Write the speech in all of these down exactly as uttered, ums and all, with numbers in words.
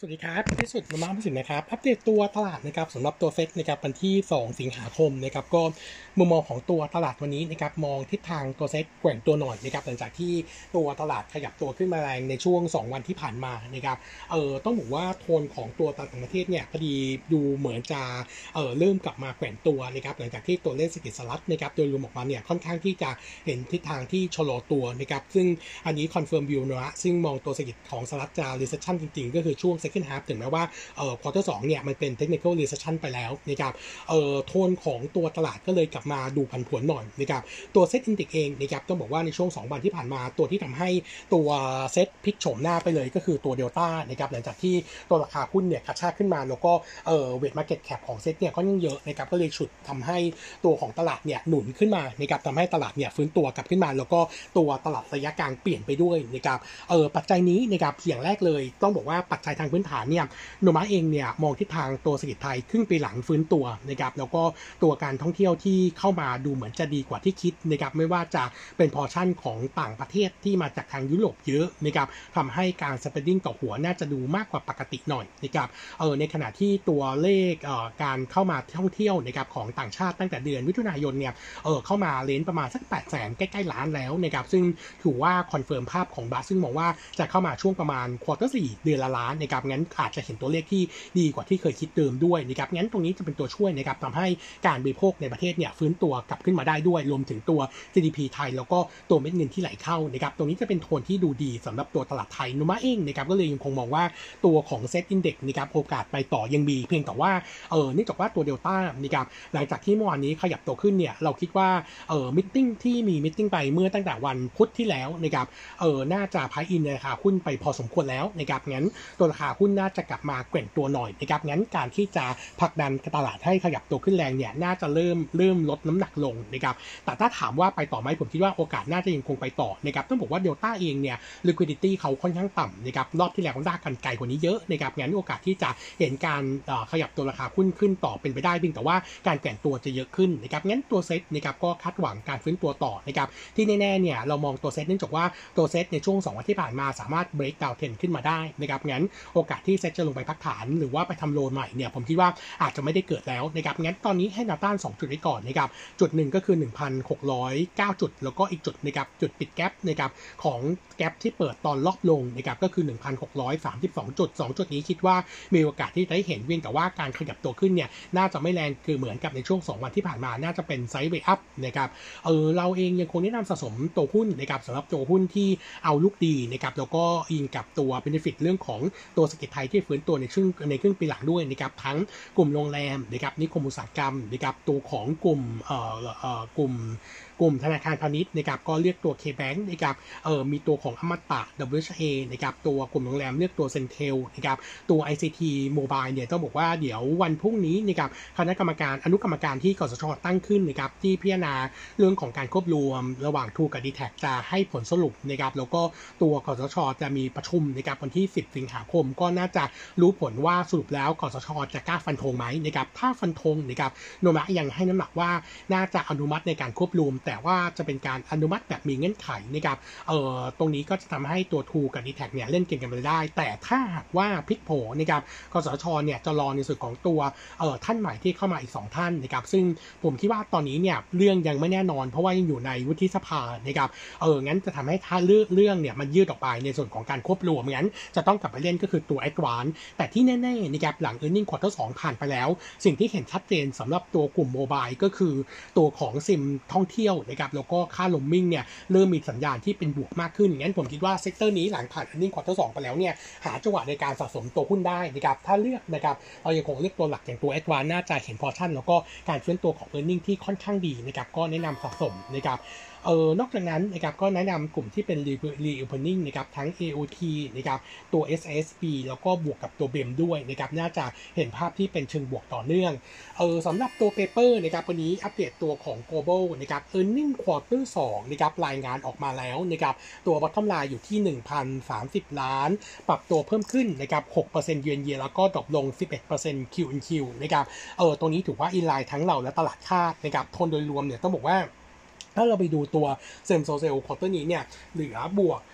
สวัสดีครับที่สุดมามาพิสิทธิ์นะครับอัปเดตตัวตลาดนะครับสำหรับตัวเซ็ตนะครับวันที่สองสิงหาคมนะครับก็มุมมองของตัวตลาดวันนี้นะครับมองทิศทางตัวเซ็ตแกว่งตัวหน่อยนะครับหลังจากที่ตัวตลาดขยับตัวขึ้นมาแรงในช่วงสองวันที่ผ่านมานะครับเออต้องบอกว่าโทนของตัวตลาดต่างประเทศเนี่ยพอดีดูเหมือนจะเออเริ่มกลับมาแกว่งตัวนะครับหลังจากที่ตัวเลขเศรษฐกิจสหรัฐนะครับโดยรวมออกมาเนี่ยค่อนข้างที่จะเห็นทิศทางที่ชะลอตัวนะครับซึ่งอันนี้คอนเฟิร์มวิวนะซึ่งมองตัวเศรษฐกิจของสหรัฐจะ recession จริงๆก็คือช่วง second half ถึงแม้ว่าเอ่อ quarter สองเนี่ยมันเป็น technical recession ไปแล้วนะครับเอ่อโทนของตัวตลาดก็เลยกลับมาดูผันผวนหน่อยนะครับตัวเซ็ตอินดิกเองนะครับต้องบอกว่าในช่วงสองวันที่ผ่านมาตัวที่ทำให้ตัวเซ็ตพลิกโฉมหน้าไปเลยก็คือตัวเดลต้านะครับหลังจากที่ตัวราคาหุ้นเนี่ยกระชากขึ้นมาแล้วก็เอ่อเวทมาร์เก็ตแคปของเซ็ตเนี่ยค่อนข้างเยอะนะครับก็เลยฉุดทำให้ตัวของตลาดเนี่ยหนุนขึ้นมานะครับทำให้ตลาดเนี่ยฟื้นตัวกลับขึ้นมาแล้วก็ตัวตลาดระยะกลางเปลี่ยนไปด้วยนะครับเอ่อปัจจัยนี้นะครับอย่างแรกเลยต้องบอกว่าปัจจัยทางพื้นฐานเนี่ยโนมาเองเนี่ยมองทิศทางตัวเศรษฐกิจไทยครึ่งปีหลังฟื้นตัวนะครับแล้วก็ตัวการท่องเที่ยวที่เข้ามาดูเหมือนจะดีกว่าที่คิดนะครับไม่ว่าจะเป็นพอร์ชั่นของต่างประเทศที่มาจากทางยุโรปเยอะนะครับทำให้การ spending ต่อหัวน่าจะดูมากกว่าปกติหน่อยนะครับเออในขณะที่ตัวเลขเอ่อการเข้ามาท่องเที่ยวนะครับของต่างชาติตั้งแต่เดือนมิถุนายนเนี่ยเออเข้ามาเลนประมาณสักแปดแสนใกล้ๆล้านแล้วนะครับซึ่งถือว่าคอนเฟิร์มภาพของบาซึ่งมองว่าจะเข้ามาช่วงประมาณควอเตอร์สี่เดือนละล้านนะครับงั้นอาจจะเห็นตัวเลขที่ดีกว่าที่เคยคิดเดิมด้วยนะครับงั้นตรงนี้จะเป็นตัวช่วยนะครับทำให้การบริโภคในประเทศเนี่ยฟื้นตัวกลับขึ้นมาได้ด้วยรวมถึงตัว จี ดี พี ไทยแล้วก็ตัวเม็ดเงินที่ไหลเข้านะครับตรงนี้จะเป็นโทนที่ดูดีสำหรับตัวตลาดไทยนุมาเองนะครับก็เลยยังคงมองว่าตัวของเซ็ตอินเด็กซ์นะครับโอกาสไปต่อยังมีเพียงแต่ว่าเออเนื่องจากว่าตัวเดลต้านะครับหลังจากที่เมื่อวานนี้ขยับตัวขึ้นเนี่ยเราคิดว่าเออมิทติ้งที่มีมิทติ้งไปเมื่อตั้งแต่วันพุธที่แล้วนะครับเออน่าจะไพร์อินในราคาหุ้นไปพอสมควรแล้วนะครับงั้นตัวราคาหุ้นน่าจะกลับมาแกว่งตัวหน่อยนะครับงั้นการที่จะผลักดันตลาดให้ขยับตัวขึ้นแรงเนี่ยน่าจะเริ่มเริ่มลดน้ำหนักลงนะครับแต่ถ้าถามว่าไปต่อไหมผมคิดว่าโอกาสน่าจะยังคงไปต่อนะครับต้องบอกว่าเดลต้าเองเนี่ย liquidity เขาค่อนข้างต่ำนะครับรอบที่แล้วได้กันไกลกว่านี้เยอะนะครับงั้นโอกาสที่จะเห็นการขยับตัวราคาหุ้นขึ้นต่อเป็นไปได้เพียงแต่ว่าการแกว่งตัวจะเยอะขึ้นนะครับงั้นตัวเซ็ตนะครับก็คาดหวังการฟื้นตัวต่อนะครับที่แน่ๆเนี่ยเรามองตัวเซ็ตเนื่องจากว่าตัวเซ็ตในช่วงสองวันที่ผ่านมาสามารถ break down trend ขึ้นมาได้นะครับงั้นโอกาสที่เซ็ตจะลงไปพักฐานหรือว่าไปทำโลใหม่เนี่ยผมคิดว่าอาจจะไม่ได้เกิดแล้วนะครับงั้นตอนนี้ให้แนวต้านสองจุดไว้ก่อนนะครับจุดหนึ่งก็คือ หนึ่งพันหกร้อยเก้า จุดแล้วก็อีกจุดนะครับจุดปิดแกปนะครับของแกปที่เปิดตอนรอบลงนะครับก็คือ หนึ่งพันหกร้อยสามสิบสอง จุดสองจุดนี้คิดว่ามีโอกาสที่จะได้เห็นเพียงแต่ว่าการขยับตัวขึ้นเนี่ยน่าจะไม่แรงคือเหมือนกับในช่วงสองวันที่ผ่านมาน่าจะเป็นไซด์เวย์อัพนะครับเออเราเองยังคงแนะนำสะสมตัวหุ้นนะครับสำหรับตัวหุ้นที่เอาลุกดีนะครับแล้วก็อิงกับตัว benefit เรื่องของตัวเศรษฐกิจไทยที่ฟื้นตัวในช่วงในครึ่งปีหลังด้วยนะครับทั้งกลุ่มโรงแรมนะครับนิคมอุตสาหกรรมนะครับตัวของกลุ่มเอ่อเอ่อกลุ่มกลุ่มธนาคารพาณิชย์นะครับก็เรียกตัว K-Bank นะครับเอ่อมีตัวของอมตะ ดับเบิลยู เอช เอ นะครับตัวกลุ่มโรงแรมเรียกตัว Centel นะครับตัว ไอ ซี ที Mobile เนี่ยต้องบอกว่าเดี๋ยววันพรุ่งนี้นะครับคณะกรรมการอนุกรรมการที่กสชตั้งขึ้นนะครับที่พิจารณาเรื่องของการควบรวมระหว่าง True กับ ดี แท็ก จะให้ผลสรุปนะครับแล้วก็ตัวกสชจะมีประชุมนะครับวันที่สิบสิงหาคมก็น่าจะรู้ผลว่าสรุปแล้วกสชจะกล้าฟันธงไหมนะครับถ้าฟันธงนะครับโนมะยังให้น้ำหนักว่าน่าจะอนุมัติในการควบรวมแต่ว่าจะเป็นการอนุมัติแบบมีเงื่อนไขนะครับเอ่อตรงนี้ก็จะทำให้ตัว True กับ ดี แท็ก เนี่ยเล่นเกมกันไปได้แต่ถ้าหากว่าพลิกโผนะครับกสชเนี่ยจะรอในส่วนของตัวเอ่อท่านใหม่ที่เข้ามาอีกสองท่านนะครับซึ่งผมคิดว่าตอนนี้เนี่ยเรื่องยังไม่แน่นอนเพราะว่ายังอยู่ในวุฒิสภานะครับเอองั้นจะทำให้ถ้าเรื่องเรื่องเนี่ยมันยืดออกไปในส่วนของการควบรวมงั้นจะต้องกลับไปเล่นก็คือตัว Advance แต่ที่แน่ๆนะครับหลัง Earning Quarter สองผ่านไปแล้วสิ่งที่เห็นชัดเจนสำหรับตัวกลุ่มโมบายก็คือตัวของซิมท่องเที่ยวนะครับแล้วก็ค่าโรมมิ่งเนี่ยเริ่มมีสัญญาณที่เป็นบวกมากขึ้นงั้นผมคิดว่าเซกเตอร์นี้หลังผ่าน Earning Quarter สองไปแล้วเนี่ยหาจังหวะในการสะสมตัวหุ้นได้นะครับถ้าเลือกนะครับเรายังคงเลือกตัวหลักอย่างตัว Advance น่าจะเห็นพอร์ชั่นแล้วก็การฟื้นตัวของ Earning ที่ค่อนข้างดีนะครับก็แนะนำสะสมนะครับเออนอกจากนั้นนะครับก็แนะนำกลุ่มที่เป็น reopening นะครับทั้ง เอ โอ ที นะครับตัว เอส เอส บี แล้วก็บวกกับตัว บี อี เอ็ม ด้วยนะครับน่าจะเห็นภาพที่เป็นเชิงบวกต่อเนื่องเออสำหรับตัว paper นะครับวันนี้อัปเดตตัวของ global นะครับ earning quarter สองนะครับรายงานออกมาแล้วนะครับตัว bottom line อยู่ที่ หนึ่งพันสามสิบ ล้านปรับตัวเพิ่มขึ้นนะครับ หกเปอร์เซ็นต์ year on year แล้วก็ดรอปลง สิบเอ็ดเปอร์เซ็นต์ Q on Q นะครับเออตัวนี้ถือว่า in line ทั้งเราและตลาดคาดนะครับโทนโดยรวมเนี่ยต้องบอกว่าถ้าเราไปดูตัวเซมโซเซลควอเตอร์นี้เนี่ยเหลือบวก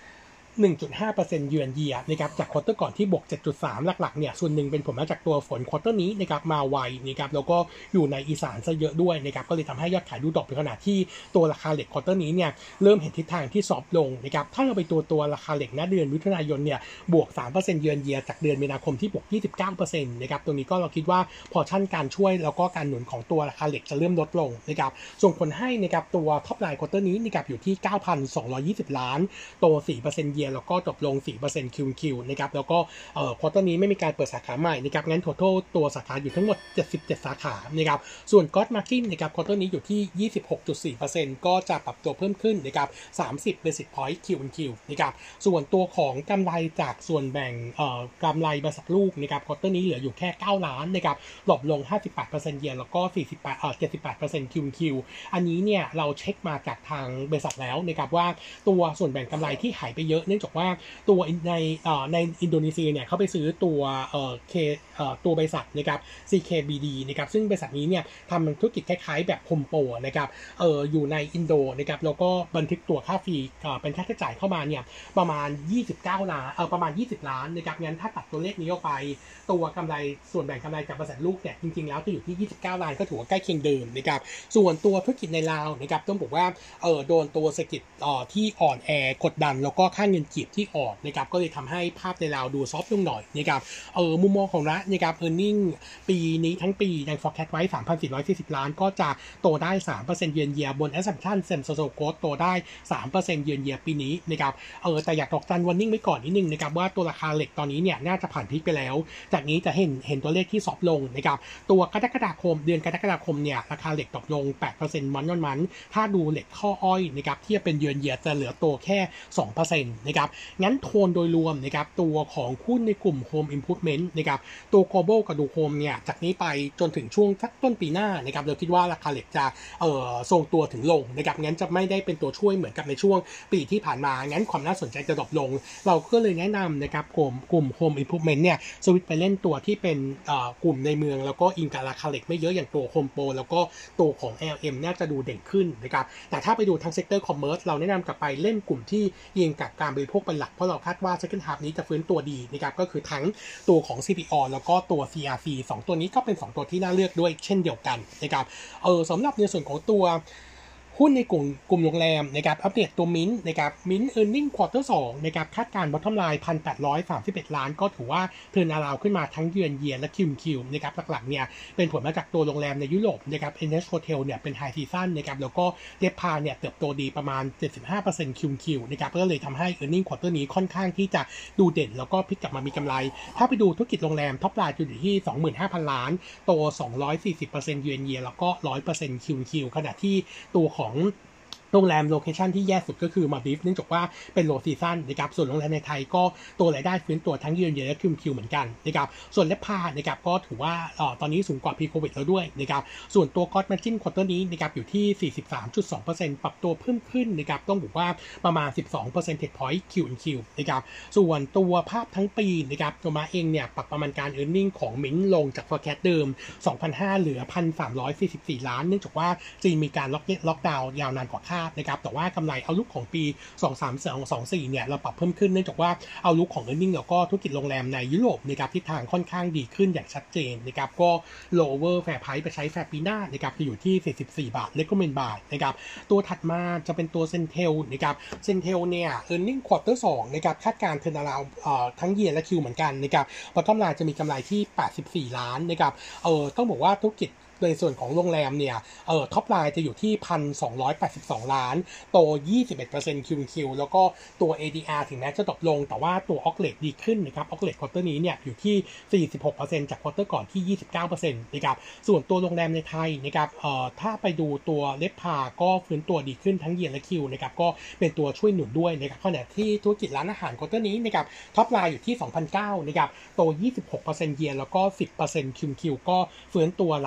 หนึ่งจุดห้าเปอร์เซ็นต์ เยือนเยียนะครับจากควอเตอร์ก่อนที่บวก เจ็ดจุดสาม หลักๆเนี่ยส่วนหนึ่งเป็นผลมาจากตัวฝนควอเตอร์นี้นะครับมาไวนะครับแล้วก็อยู่ในอีสานซะเยอะด้วยนะครับก็เลยทำให้ยอดขายดูดรอปในขณะที่ตัวราคาเหล็กควอเตอร์นี้เนี่ยเริ่มเห็นทิศทางที่ซอฟต์ลงนะครับถ้าเราไปตัวตัวราคาเหล็กณเดือนมิถุนายนเนี่ยบวก สามเปอร์เซ็นต์ เยือนเยียจากเดือนมีนาคมที่บวก ยี่สิบเก้าเปอร์เซ็นต์ นะครับตรงนี้ก็เราคิดว่าพอชั่นการช่วยแล้วก็การหนุนของตัวราคาเหล็กจะเริ่มลดลงนะครับส่งผลให้นะครับตัวท็อปไลน์ควอเตอร์นี้นะครับอยู่ที่ เก้าพันสองร้อยยี่สิบ ล้านโต สี่เปอร์เซ็นต์ เยียแล้วก็จบลง สี่เปอร์เซ็นต์ คิว คิว นะครับแล้วก็เอ่อควอเตอร์นี้ไม่มีการเปิดสาขาใหม่นะครับงั้น total ตัวสาขาอยู่ทั้งหมดเจ็ดสิบเจ็ดสาขานะครับส่วน Gross Margin นะครับควอเตอร์นี้อยู่ที่ ยี่สิบหกจุดสี่เปอร์เซ็นต์ ก็จะปรับตัวเพิ่มขึ้นนะครับสามสิบ basis point คิว คิว นะครับส่วนตัวของกำไรจากส่วนแบ่งเอ่อกำไรบริษัทลูกนะครับควอเตอร์นี้เหลืออยู่แค่เก้าล้านนะครับลดลง ห้าสิบแปดเปอร์เซ็นต์ เยียแล้วก็สี่สิบแปดเอ่อเจ็ดสิบแปดเปอร์เซ็นต์ คิว คิว อันนี้เนี่ยเราเช็คมาจากทางบริษัทแล้วนะครับว่าตัวส่วนแบ่งกำไรที่หายไปเยอะเนื่องจากว่าตัวในเอ่อในอินโดนีเซียเนี่ยเขาไปซื้อตัวเอ่อเคเอ่อตัวบริษัทนะครับ ซี เค บี ดี นะครับซึ่งบริษัทนี้เนี่ยทำธุรกิจคล้ายๆแบบโฮมโปรนะครับเอ่ออยู่ในอินโดนะครับแล้วก็บันทึกตัวค่าฟรีเอ่อเป็นค่าใช้จ่ายเข้ามาเนี่ยประมาณยี่สิบเก้าล้านเอ่อประมาณยี่สิบล้านนะครับงั้นถ้าตัดตัวเลขนี้ออกไปตัวกำไรส่วนแบ่งกำไรจากบริษัทลูกเนี่ยจริงๆแล้วจะอยู่ที่ยี่สิบเก้าล้านก็ถือว่าใกล้เคียงเดิมนะครับส่วนตัวธุรกิจในลาวนะครับต้องบอกว่าเอ่อโดนตัวเศรษฐกิจเอ่อที่อ่อนแอกดดันแล้วก็ค่าเงินกีบที่อ่อนนะครับก็เลยทำให้ภาพในลาวดูซอฟต์ลงหน่อยนะครับเออมุมมองของรัฐนะครับ earning ปีนี้ทั้งปียัง forecast ไว้ สามพันสี่ร้อยสี่สิบ ล้านก็จะโตได้ สามเปอร์เซ็นต์ เยือนเยียบน assumption same store growth โตได้ สามเปอร์เซ็นต์ เยือนเยียปีนี้นะครับเออแต่อยากตอกจัน warning ไว้ก่อนนิดนึงนะครับว่าตัวราคาเหล็กตอนนี้เนี่ยน่าจะผ่านพีคไปแล้วจากนี้จะเห็นเห็นตัวเลขที่ซอฟต์ลงนะครับตัวกรกฎาคมเดือนกรกฎาคมเนี่ยราคาเหล็กตกลง แปดเปอร์เซ็นต์ มันนอนมันถ้าดูเหล็กข้ออ้อยนะครับที่จะเป็นเยือนเยียจะเหลือตัวแค่ สองเปอร์เซ็นต์ นะครับงั้นโทนโดยรวมนะครับตัวของหุ้นในกลุ่ม Home Improvement นะครับตัว Global กับดู Home เนี่ยจากนี้ไปจนถึงช่วงสักต้นปีหน้านะครับเราคิดว่าราคาเหล็กจะเอ่อทรงตัวถึงลงนะครับงั้นจะไม่ได้เป็นตัวช่วยเหมือนกับในช่วงปีที่ผ่านมางั้นความน่าสนใจจะดรอปลงเราก็เลยแนะนำนะครับกลุ่มกลุ่ม Home Improvement เนี่ยสวิตช์ไปเล่นตัวที่เป็นเอ่อกลุ่มในเมืองแล้วก็อิงกับราคาเหล็กไม่เยอะอย่างตัว Home Pro แล้วก็ตัวของ แอล เอ็ม น่าจะดูเด่นขึ้นนะครับแต่ถ้าไปดูทางเซกเตอร์คอมเมอร์สเราแนะนำกลับไปเล่นกลุ่มที่ยิงกับการบริโภคเป็นหลักเพราะเราคาดว่า second half นี้จะฟื้นตัวดีนะครับก็คือทั้งตัวของ ซี พี โอ แล้วก็ตัว ซี อาร์ ซี สองตัวนี้ก็เป็นสองตัวที่น่าเลือกด้วยเช่นเดียวกันนะครับเออสำหรับในส่วนของตัวหุ้นในกลุ่มกลุ่มโรงแรมนะครับอัปเดตตัวมิ้นนะครับมิ้นเออร์เน็งควอเตอร์สองนะครับคาดการณ์บอททอมไลน์ หนึ่งพันแปดร้อยสามสิบเอ็ด ล้านก็ถือว่าเทิร์นอราวด์ขึ้นมาทั้งเยือนเยียและคิวคิวนะครับหลักๆเนี่ยเป็นผลมาจากตัวโรงแรมในยุโรปนะครับ เอ็น เอช Hotel เนี่ยเป็นไฮซีซั่นนะครับแล้วก็เดพาเนี่ยเติบโตดีประมาณ เจ็ดสิบห้าเปอร์เซ็นต์ คิวคิวนะครับก็เลยทำให้ earning quarter นี้ค่อนข้างที่จะดูเด่นแล้วก็พลิกกลับมามีกำไรถ้าไปดูธุรกิจโรงแรมท็อปไลน์อยู่ที่ สองหมื่นห้าพัน ล้านโต สองร้อยสี่สิบเปอร์เซ็นต์ เยือนเยียแล้วก็ หนึ่งร้อยเปอร์เซ็นต์ คิวคิวขณะที่ตัวของโรงแรมโลเคชันที่แย่สุดก็คือมาดิฟเนื่องจากว่าเป็นโลซีซั่นนะครับส่วนโรงแรมในไทยก็ตัวรายได้ฟื้นตัวทั้งเยือนเยียและคิวคิวเหมือนกันนะครับส่วนเลพานะครับก็ถือว่าเอ่อตอนนี้สูงกว่า pre covid แล้วด้วยนะครับส่วนตัว Gross Margin Quarter นี้นะครับอยู่ที่ สี่สิบสามจุดสองเปอร์เซ็นต์ ปรับตัวเพิ่มขึ้นนะครับต้องบอกว่าประมาณ สิบสอง percentage point Q on Q นะครับส่วนตัวภาพทั้งปีนะครับตัวมาเองเนี่ยปรับประมาณการ earning ของมิ้นลงจาก forecast เดิม สองพันห้าร้อย เหลือ หนึ่งพันสามร้อยสี่สิบสี่ ล้านเนื่องจากว่าจีนมีการล็อกล็อกดาวน์ยาวนานกว่าคาดนะครับแต่ว่ากำไรเอาลุกของปีสองพันสามสิบ สองพันยี่สิบสี่เนี่ยเราปรับเพิ่มขึ้นเนื่องจากว่าเอาลุกของ earning แล้วก็ธุรกิจโรงแรมในยุโรปนะครับทิศทางค่อนข้างดีขึ้นอย่างชัดเจนนะครับก็ lower fair price ไปใช้ fair ปีหน้านะครับจะอยู่ที่สี่สิบสี่บาท recommend buy นะครับตัวถัดมาจะเป็นตัว Centel นะครับ Centel เนี่ย earning quarter สองนะครับคาดการณ์ turnaround เอ่อทั้ง year และ Q เหมือนกันนะครับแล้วกำไรจะมีกำไรที่แปดสิบสี่ล้านนะครับเออต้องบอกว่าธุรกิจในส่วนของโรงแรมเนี่ยเอ่อท็อปไลน์จะอยู่ที่ หนึ่งพันสองร้อยแปดสิบสอง ล้านโต ยี่สิบเอ็ดเปอร์เซ็นต์ คิว คิว แล้วก็ตัว เอ ดี อาร์ ถึงแม้จะตกลงแต่ว่าตัว Outlet ดีขึ้นนะครับ Outlet Quarter นี้เนี่ยอยู่ที่ สี่สิบหกเปอร์เซ็นต์ จาก Quarter ก่อนที่ ยี่สิบเก้าเปอร์เซ็นต์ นะครับส่วนตัวโรงแรมในไทยนะครับเอ่อถ้าไปดูตัวเลพาก็ฟื้นตัวดีขึ้นทั้ง Year และ Q นะครับก็เป็นตัวช่วยหนุนด้วยนะครับขณะที่ธุรกิจร้านอาหาร Quarter นี้นะครับท็อปไลน์อยู่ที่ สองพันเก้า นะครับโต ยี่สิบหกเปอร์เซ็นต์ Year แล้วก็ สิบเปอร์เซ็นต์ คิว คิว ก็ฟื้นตัวหลังโควิด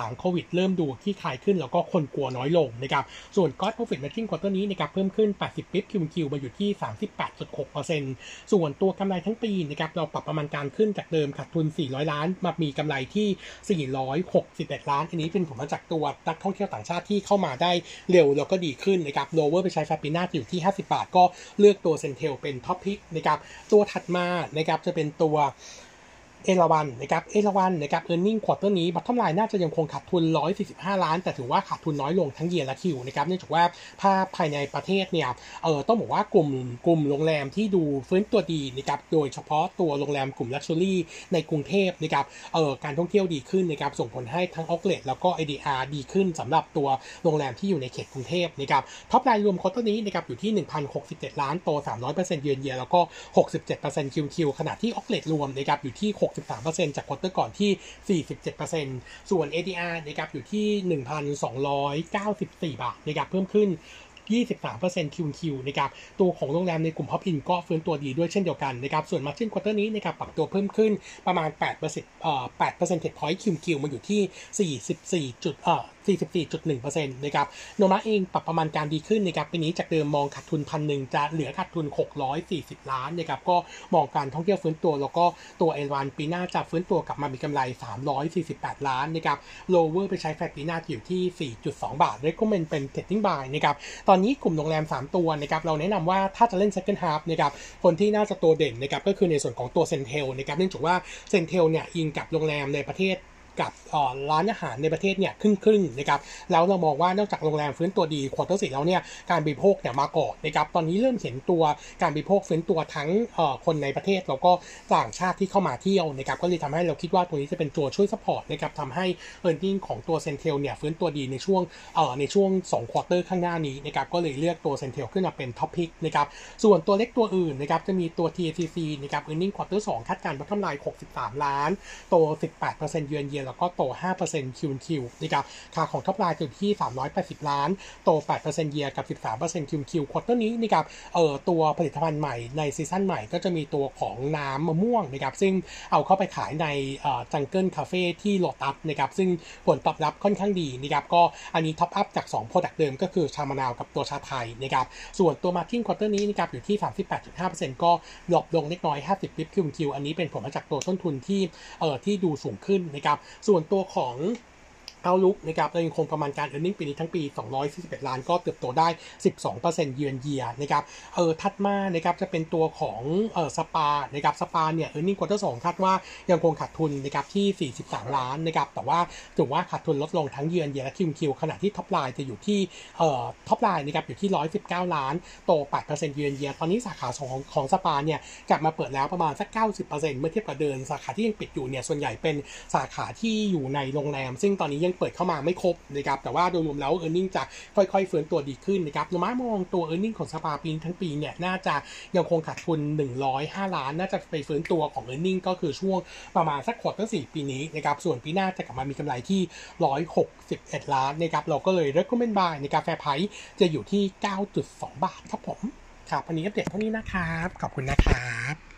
ดเริ่มดูที่คลายขึ้นแล้วก็คนกลัวน้อยลงนะครับส่วน Gross Profit Margin Quarter นี้นะครับเพิ่มขึ้นแปดสิบปิ๊บ คิว คิว มาอยู่ที่ สามสิบแปดจุดหกเปอร์เซ็นต์ ส่วนตัวกำไรทั้งปีนะครับเราปรับประมาณการขึ้นจากเดิมขาดทุนสี่ร้อยล้านมามีกำไรที่สี่ร้อยหกสิบเอ็ดล้านอันนี้เป็นผลมาจากตัวนักท่องเที่ยวต่างชาติที่เข้ามาได้เร็วแล้วก็ดีขึ้นนะครับโลเวอร์ไปใช้แฟปีน่าอยู่ที่ห้าสิบบาทก็เลือกตัวเซนเทลเป็นท็อปพิกนะครับตัวถัดมานะครับจะเป็นตัวเอราวันนะครับเอราวันนะครับเออร์เน็งควอเตอร์นี้บัตทอมไลน์น่าจะยังคงขาดทุนหนึ่งร้อยสี่สิบห้าล้านแต่ถือว่าขาดทุนน้อยลงทั้งเยียร์และคิวนะครับเนื่องจากว่าภาพภายในประเทศเนี่ยเออต้องบอกว่ากลุ่มกลุ่มโรงแรมที่ดูฟื้นตัวดีนะครับโดยเฉพาะตัวโรงแรมกลุ่มลักชัวรี่ในกรุงเทพนะครับเออการท่องเที่ยวดีขึ้นนะครับส่งผลให้ทั้งออฟเลทแล้วก็ เอ ดี อาร์ ดีขึ้นสำหรับตัวโรงแรมที่อยู่ในเขตกรุงเทพนะครับท็อปไลน์รวมควอเตอร์นี้นะครับอยู่ที่ หนึ่งพันหกสิบเจ็ดล้านโต สามร้อยเปอร์เซ็นต์ เยือนเยียร์แล้วก็ หกสิบเจ็ดเปอร์เซ็นต์ คิว คิว ขณะที่ออฟเลทรวมนะครับอยู่ที่ หกสิบสามเปอร์เซ็นต์ จากควอเตอร์ก่อนที่ สี่สิบเจ็ดเปอร์เซ็นต์ ส่วน เอ ดี อาร์ นะครับอยู่ที่ หนึ่งพันสองร้อยเก้าสิบสี่ บาทนะครับเพิ่มขึ้น ยี่สิบสามเปอร์เซ็นต์ คิว คิว นะครับตัวของโรงแรมในกลุ่ม Pop In ก็ฟื้นตัวดีด้วยเช่นเดียวกันนะครับส่วน Margin Quarter นี้นะครับปรับตัวเพิ่มขึ้นประมาณ แปดเปอร์เซ็นต์ เอ่อ แปด percentage point คิว คิว มาอยู่ที่ สี่สิบสี่จุดเอ่อ สี่สิบสี่จุดหนึ่งเปอร์เซ็นต์ นะครับโนมาเองปรับประมาณการดีขึ้นนะครับปีนี้จากเดิมมองขาดทุน หนึ่งพัน จะเหลือขาดทุนหกร้อยสี่สิบล้านนะครับก็มองการท่องเที่ยวฟื้นตัวแล้วก็ตัวเอราวันปีหน้าจะฟื้นตัวกลับมามีกำไรสามร้อยสี่สิบแปดล้านนะครับโลเวอร์ไปใช้แฟลตปีหน้าอยู่ที่ สี่จุดสอง บาท recommend เป็น trading buy นะครับตอนนี้กลุ่มโรงแรมสามตัวนะครับเราแนะนำว่าถ้าจะเล่น second half นะครับคนที่น่าจะตัวเด่นนะครับก็คือในส่วนของตัว Centel นะครับเนื่องจากว่า Centel เนี่ยอิงกับโรงแรมในประเทศกับร้านอาหารในประเทศเนี่ยครึ่งๆนะครับแล้วเรามองว่านอกจากโรงแรมฟื้นตัวดีควอเตอร์สี่แล้วเนี่ยการบริโภคเนี่ยมาก่อนนะครับตอนนี้เริ่มเห็นตัวการบริโภคฟื้นตัวทั้งคนในประเทศแล้วก็ต่างชาติที่เข้ามาเที่ยวนะครับก็เลยทำให้เราคิดว่าตัวนี้จะเป็นตัวช่วยซัพพอร์ตนะครับทำให้ earning ของตัว Centel เนี่ยฟื้นตัวดีในช่วงในช่วงสองควอเตอร์ข้างหน้านี้นะครับก็เลยเลือกตัว Centel ขึ้นมาเป็นท็อปพิกนะครับส่วนตัวเล็กตัวอื่นนะครับจะมีตัว ที เอ ซี ซี นะครับ earning ควอเตอร์สองคาดการณ์ bottom line หกสิบสามล้านโต สิบแปดเปอร์เซ็นต์ เยือนเยียแล้วก็โต ห้าเปอร์เซ็นต์ คิว คิว นะครับค่าของท็อปไลน์อยู่ที่สามร้อยแปดสิบล้านโต แปดเปอร์เซ็นต์ เยียกับ สิบสามเปอร์เซ็นต์ คิว คิว ควอเตอร์นี้นะครับเอ่อตัวผลิตภัณฑ์ใหม่ในซีซั่นใหม่ก็จะมีตัวของน้ำมะม่วงนะครับซึ่งเอาเข้าไปขายในเอ่อ Jungle Cafe ที่โลตัสนะครับซึ่งผลตอบรับค่อนข้างดีนะครับก็อันนี้ท็อปอัพจากสอง product เดิมก็คือชามะนาวกับตัวชาไทยนะครับส่วนตัว Margin Quarter นี้นะครับอยู่ที่ สามสิบแปดจุดห้าเปอร์เซ็นต์ ก็ดรอปลงเล็กน้อยห้าสิบปิ๊บ คิว คิว อันนี้เป็นผลมาจากตัวต้นทุนที่เอ่อที่ดูสูงขึ้นนะครับส่วนตัวของเอาลุกนะครับเรายังคงประมาณการ earning ปีนี้ทั้งปีสองร้อยสี่สิบเอ็ดล้านก็เติบโตได้ สิบสองเปอร์เซ็นต์ เยือนเยียนะครับเออถัดมานะครับจะเป็นตัวของเออสปานะครับสปาเนี่ย earning quarter สองคาดว่ายังคงขาดทุนนะครับที่สี่สิบสามล้านนะครับแต่ว่าถือว่าขาดทุนลดลงทั้งเยือนเยียและคิวคิวขณะที่ท็อปไลน์จะอยู่ที่เอ่อท็อปไลน์นะครับอยู่ที่หนึ่งร้อยสิบเก้าล้านโต แปดเปอร์เซ็นต์ เยือนเยียตอนนี้สาขาของของสปาเนี่ยกลับมาเปิดแล้วประมาณสัก เก้าสิบเปอร์เซ็นต์ เมื่อเทียบกับเดิมสาขาที่ยังปิดอยู่เนี่ยส่วนใหญ่เป็นสาขาที่อยู่ในโรงแรมซึ่งตอนนี้ยังเปิดเข้ามาไม่ครบนะครับแต่ว่าโดยรวมแล้ว earning จะค่อยๆฟื้นตัวดีขึ้นนะครับเรามามองตัว earning ของสปาปีทั้งปีเนี่ยน่าจะยังคงขาดทุนหนึ่งร้อยห้าล้านน่าจะไปฟื้นตัวของ earning ก็คือช่วงประมาณสักควอเตอร์สี่ปีนี้นะครับส่วนปีหน้าจะกลับมามีกำไรที่หนึ่งร้อยหกสิบเอ็ดล้านนะครับเราก็เลย recommend buy ในกาแฟไพร์จะอยู่ที่ เก้าจุดสอง บาทครับผมครับวันนี้อัปเดตเท่านี้นะครับขอบคุณนะครับ